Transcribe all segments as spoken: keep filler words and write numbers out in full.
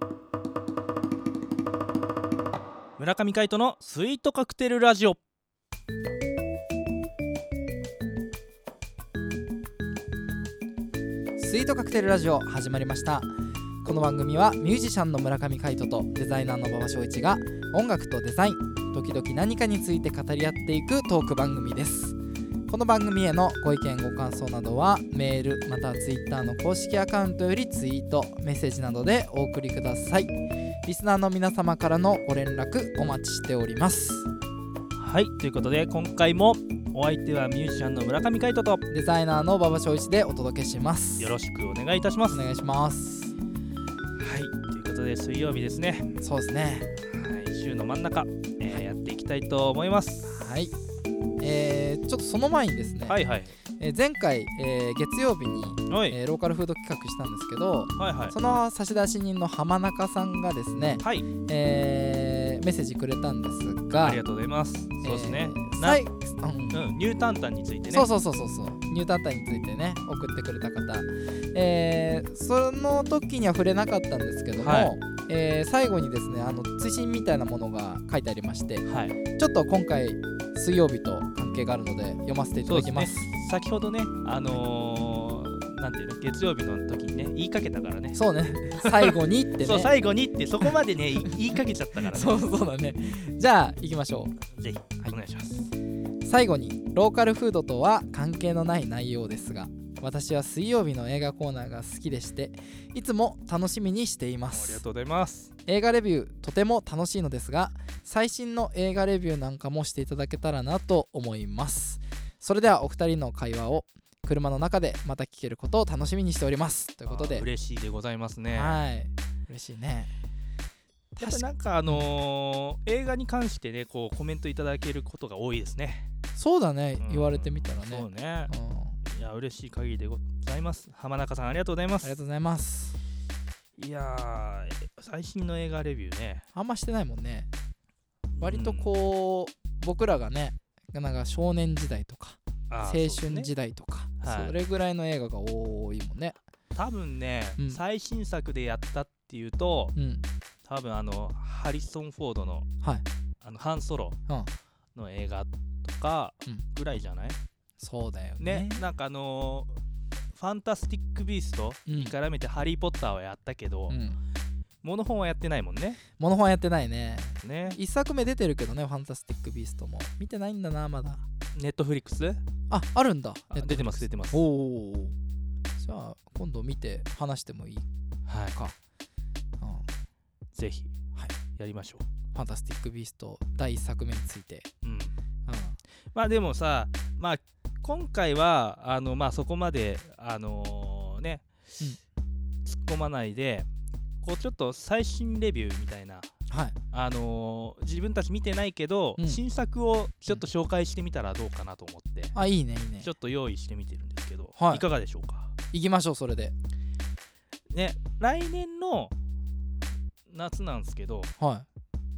村上海人のスイートカクテルラジオ。 スイートカクテルラジオ始まりました。この番組はミュージシャンの村上海人とデザイナーの馬場翔一が音楽とデザイン、時々何かについて語り合っていくトーク番組です。この番組へのご意見ご感想などはメールまたはツイッターの公式アカウントよりツイートメッセージなどでお送りください。リスナーの皆様からのご連絡お待ちしております。 はい、ということで今回もお相手はミュージシャンの村上海人とデザイナーの馬場翔一でお届けします。 よろしくお願いいたします。 お願いします。 はい、ということで水曜日ですね。 そうですね。 はい、週の真ん中、えー、やっていきたいと思います。 はい、えー、ちょっとその前にですね、 はいはい、 えー、前回、えー、月曜日に、 はい、 えー、ローカルフード企画したんですけど、 はいはい、 その差出人の浜中さんがですね、 はい、 えー、メッセージくれたんですが、 ありがとうございます。そうですね、 えー、さいうんうん、ニュータンタンについてね、 そうそうそうそうそうニュータンタンについてね送ってくれた方、えー、その時には触れなかったんですけども、はい、えー、最後にですねあの追伸みたいなものが書いてありまして、はい、ちょっと今回水曜日と関係があるので読ませていただきます。 そうですね、先ほどねあのー、なんていうの月曜日の時にね言いかけたからね。 そうね最後にってねそう最後にってそこまでね言いかけちゃったからねそうそうだね。じゃあ行きましょう。 ぜひ、はい、お願いします。 最後にローカルフードとは関係のない内容ですが、私は水曜日の映画コーナーが好きでしていつも楽しみにしています。 ありがとうございます。 映画レビューとても楽しいのですが、最新の映画レビューなんかもしていただけたらなと思います。それではお二人の会話を車の中でまた聞けることを楽しみにしておりますということで、 嬉しいでございますね。 はい、嬉しいね。 やっぱなんかあのー、映画に関してねこうコメントいただけることが多いですね。 そうだね、うん、言われてみたらね。 そうね、うん、いや嬉しい限りでございます。浜中さんありがとうございます。 ありがとうございます。 いや最新の映画レビューねあんましてないもんね。割とこう、うん、僕らがねなんか少年時代とか青春時代とか そ,、ねはい、それぐらいの映画が多いもんね。 多分ね、うん、最新作でやったっていうと、うん、多分あのハリソン・フォードの、はい、あのハンソロの映画とかぐらいじゃない、うん、 そうだよね。 ね、なんかあのー、ファンタスティック・ビーストに絡めてハリー・ポッターはやったけど、うん、モノホンはやってないもんね。 モノホンはやってないね。 ね、 一作目出てるけどね、ファンタスティック・ビーストも見てないんだなまだ。 ネットフリックスあ、あるんだ。 出てます出てます。 おお、じゃあ今度見て話してもいいか、はい、 うん、ぜひ、はい、やりましょう。 ファンタスティック・ビーストだいいっさくめについて、うんうん、 まあでもさ、まあ今回はあのまあそこまであのー、ね、うん、突っ込まないでこうちょっと最新レビューみたいな、はい、あのー、自分たち見てないけど、うん、新作をちょっと紹介してみたらどうかなと思って、 うん、あ、いいねいいね。 ちょっと用意してみてるんですけど、はい、いかがでしょうか。 行きましょう。それでね、来年の夏なんですけど、はい、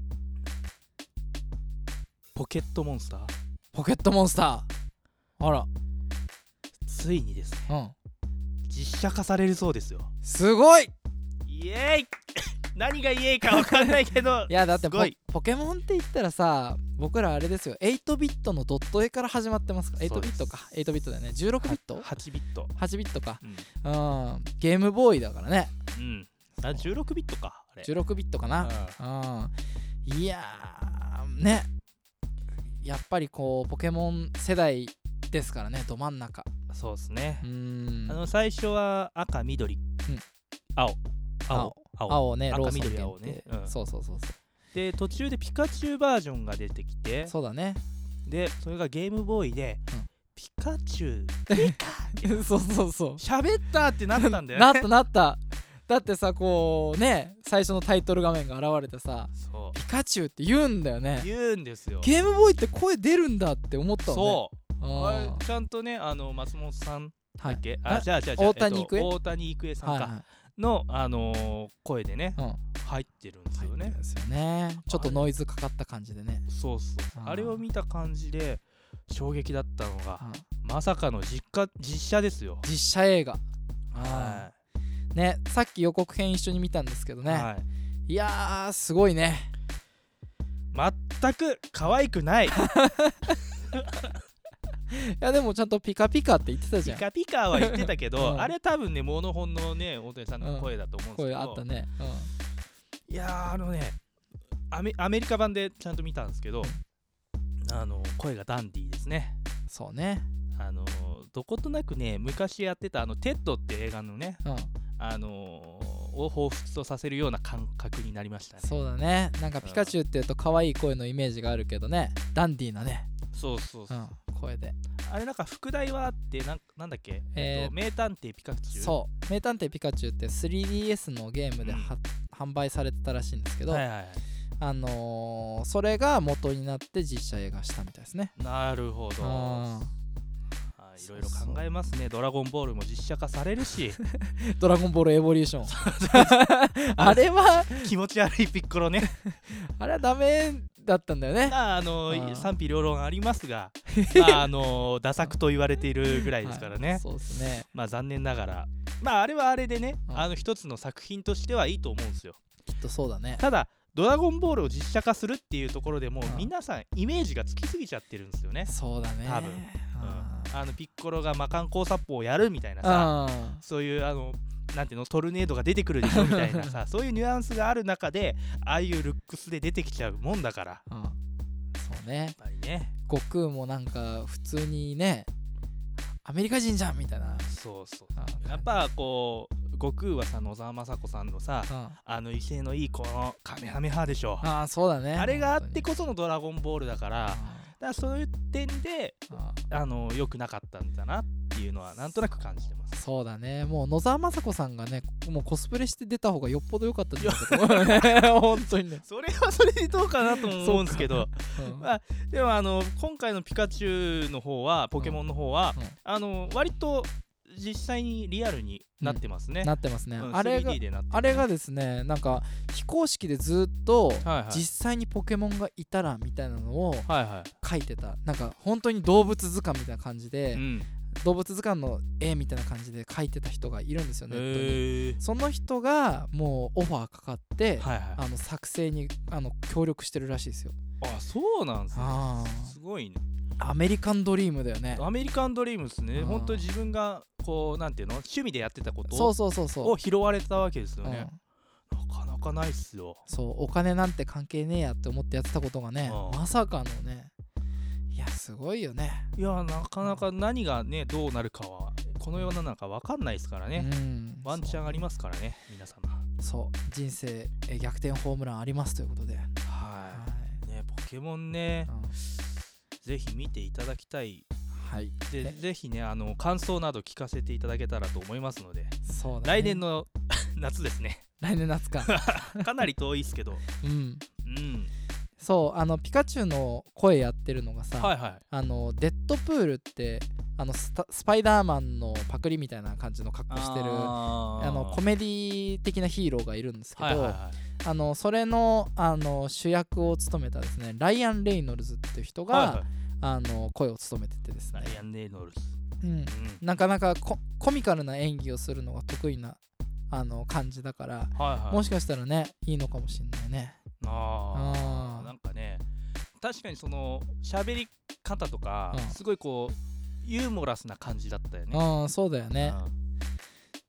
ポケットモンスターポケットモンスターあらついにですね、うん、実写化されるそうですよ。 すごいイエーイ何がイエーイか分かんないけどいやだって ポ, ポケモンって言ったらさ、僕らあれですよ、はちビットのドット絵から始まってますから。はちビットか、はちビットだよね。じゅうろくビットはちビットはちビットか、うん、うん、ゲームボーイだからね。 うん、あじゅうろくビットか、あれじゅうろくビットかな、うん、いやーね、やっぱりこうポケモン世代ですからね、ど真ん中。 そうですね。うーん、あの最初は赤緑、うん、青青青青ね、 赤緑青ね、 うん、そうそうそうそう。 で途中でピカチュウバージョンが出てきて、 そうだね。 でそれがゲームボーイで、うん、ピカチュウピカってそうそうそう喋ったってなったんだよねなったなった。だってさ、こうね、最初のタイトル画面が現れてさ、そうピカチュウって言うんだよね。 言うんですよ。 ゲームボーイって声出るんだって思ったのね。 そうああれちゃんとね、あの松本さんだっけ、はい、あじゃあじゃあ大谷育英、 えっと、大谷育英さんか、はいはい、の、あのー、声でね、うん、入ってるんですよね。 ですよね。ちょっとノイズかかった感じでね。 そうそう、あれを見た感じで衝撃だったのが、まさかの実家実写ですよ。 実写映画。 はい。 ね、さっき予告編一緒に見たんですけどね、 はい、 いやーすごいね。 全く可愛くない。いやでもちゃんとピカピカって言ってたじゃん。 ピカピカは言ってたけど、 うん、 あれ多分ねモノホンのね大谷さんの声だと思うんですけど、 うん、声あったね、 うん、いやーあのねアメ、アメリカ版でちゃんと見たんですけど、あの声がダンディーですね。 そうね、 あのどことなくね昔やってたあのテッドって映画のね、 うん、 あのを彷彿とさせるような感覚になりましたね。 そうだね、なんかピカチュウっていうと可愛い声のイメージがあるけどね、ダンディーなね、 そうそうそう、 うん、声であれなんか副題はあってなんなんだっけ、 えーえっと、名探偵ピカチュウ。 そう名探偵ピカチュウって スリーディーエス のゲームで、うん、販売されてたらしいんですけど、はいはいはい、あのー、それが元になって実写映画したみたいですね。 なるほど、いろいろ考えますね。ドラゴンボールも実写化されるしドラゴンボールエボリューションあれは気持ち悪いピッコロねあれはダメだったんだよね。 まああのー、賛否両論ありますがまああのー、ダ作と言われているぐらいですからね、はい、 そうですね。 まあ残念ながらまああれはあれでね、あの一つの作品としてはいいと思うんですよ。 きっとそうだね。 ただドラゴンボールを実写化するっていうところでもう皆さんイメージがつきすぎちゃってるんですよね。 そうだね、 多分、うん、あのピッコロが魔漢光殺法をやるみたいなさ、そういうあのなんていうのトルネードが出てくるでしょみたいなさそういうニュアンスがある中でああいうルックスで出てきちゃうもんだから、うん、 そうね、やっぱりね悟空もなんか普通にねアメリカ人じゃんみたいな。 そうそう、やっぱこう悟空はさ野沢雅子さんのさ、うん、あの威勢のいいこのカメハメハでしょ。 ああそうだね。 あれがあってこそのドラゴンボールだから、だからそういう点であの良くなかったんだなっていうのはなんとなく感じてます。 そうだね、もう野沢雅子さんがねもうコスプレして出た方がよっぽど良かったんじゃないかと思うね本当にね。 それはそれでどうかなと思うんですけど、うん、まあ、でもあの今回のピカチュウの方はポケモンの方は、うんうん、あの割と実際にリアルになってますね、 うん、なってますね、 うん、 あれがスリーディー でなってるね。 あれがですねなんか非公式でずっと実際にポケモンがいたらみたいなのを書いてた、なんか本当に動物図鑑みたいな感じで、うん、動物図鑑の絵みたいな感じで書いてた人がいるんですよネットに。その人がもうオファーかかって、はいはい、あの作成にあの協力してるらしいですよ。 あ、そうなんですね。すごいね。 アメリカンドリームだよね。 アメリカンドリームですね。本当に自分がこうなんていうの趣味でやってたことそうそうそうそうを拾われたわけですよね、うん、なかなかないっすよ。 そうお金なんて関係ねえやって思ってやってたことがね、うん、まさかのね。いやすごいよね。 いやなかなか何がねどうなるかはこの世の中分かんないですからね、うん、ワンチャンありますからね皆様。 そう人生え逆転ホームランありますということで、はい、 はい、ね、ポケモンね、うん、ぜひ見ていただきたい。はい、でぜひねあの感想など聞かせていただけたらと思いますので。そうだね、来年の夏ですね。 来年夏かかなり遠いですけどうん、うん、そうあのピカチュウの声やってるのがさ、はいはい、あのデッドプールってあの ス, スパイダーマンのパクリみたいな感じの格好してるああのコメディ的なヒーローがいるんですけど、はいはいはい、あのそれ の, あの主役を務めたですねライアン・レイノルズっていう人が、はいはい、あの声を務めててですね、 ライアン・レイノルズ、 うんうん、なかなか コ, コミカルな演技をするのが得意なあの感じだから、はいはい、もしかしたらねいいのかもしれないね。 ああなんかね確かにその喋り方とか、うん、すごいこうユーモラスな感じだったよね。 あそうだよね、うん、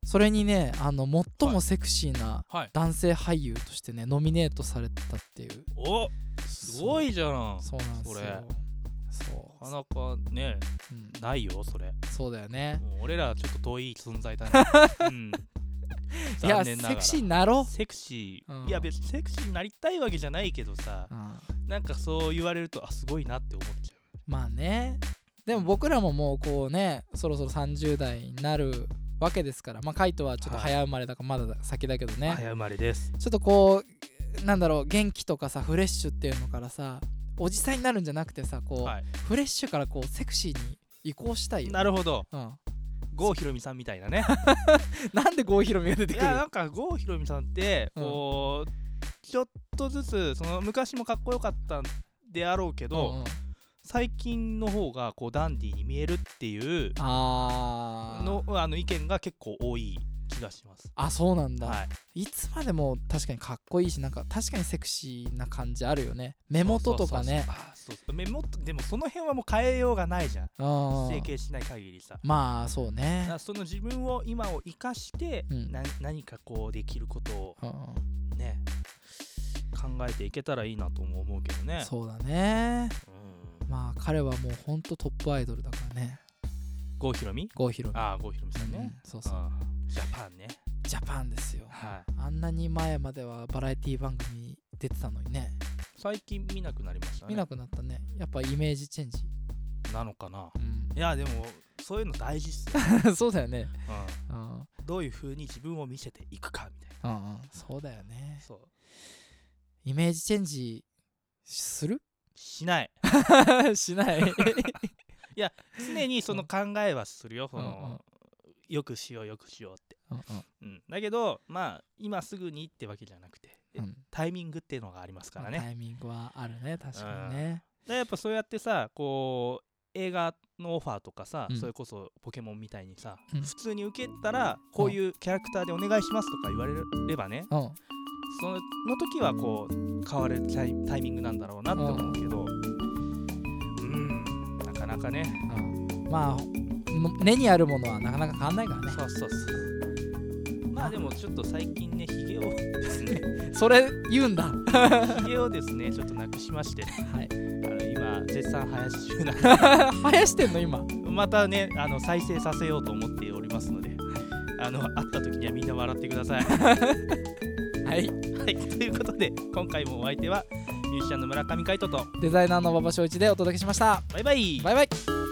それにねあの最もセクシーな男性俳優としてね、はい、ノミネートされたっていう。 おすごいじゃん。 そうなんですよ。 そうなかなかね、うん、ないよそれ。 そうだよね。 もう俺らちょっと遠い存在だね、うん、 いやセクシーになろう。 セクシー、うん、いや別にセクシーになりたいわけじゃないけどさ、うん、なんかそう言われるとあすごいなって思っちゃう。 まあねでも僕らももうこうねそろそろさんじゅう代になるわけですから、まあカイトはちょっと早生まれだからまだ先だけどね、はい、 早生まれです。 ちょっとこうなんだろう元気とかさフレッシュっていうのからさおじさんになるんじゃなくてさこう、はい、フレッシュからこうセクシーに移行したいよ、ね、 なるほど、うん、郷ひろみさんみたいなねなんで郷ひろみが出てくる。 いやなんか郷ひろみさんってこう、うん、ちょっとずつその昔もかっこよかったんであろうけど、うんうん、最近の方がこうダンディーに見えるっていうあのあの意見が結構多い気がします。 あ、そうなんだ、 はい、 いつまでも確かにかっこいいし、なんか確かにセクシーな感じあるよね。目元とかね。 そうそうそうそう、目元でもその辺はもう変えようがないじゃん、 あ整形しない限りさ。 まあそうね。 だからその自分を今を生かして、うん、な何かこうできることをね考えていけたらいいなとも思うけどね。 そうだね、 うん、 まあ彼はもうほんとトップアイドルだからね。 郷ひろみ郷ひろみああ郷ひろみさんね、 うん、そうそう、 ジャパンね。 ジャパンですよ、 はい、 あんなに前まではバラエティ番組出てたのにね。 最近見なくなりましたね。 見なくなったね。やっぱイメージチェンジなのかな、 うん、 いやでもそういうの大事っすよそうだよね、 うんうん、どういう風に自分を見せていくかみたいな、 うんうん、そうだよね。 そうイメージチェンジするしないしないいや常にその考えはするよ、その、うんうん、よくしようよくしようって、うんうんうん、だけどまあ今すぐにってわけじゃなくて、うん、タイミングっていうのがありますからね。 タイミングはあるね、確かにね、 うん、でやっぱそうやってさこう映画のオファーとかさ、うん、それこそポケモンみたいにさ、うん、普通に受けたらこういうキャラクターでお願いしますとか言われればね、うん、その時はこう変わるタイミングなんだろうなって思うけど、うんなかなかね、 うん、まあ根にあるものはなかなか変わんないからね。 そうそうそう。まあでもちょっと最近ねヒゲをですねそれ言うんだヒゲをですねちょっとなくしまして、はい、あの今絶賛生やし中なんで生やしてんの今またねあの再生させようと思っておりますので、あの会った時にはみんな笑ってくださいはい、 はい、ということで今回もお相手はミュージシャンの村上海人とデザイナーの馬場翔一でお届けしました。 バイバイバイバイ。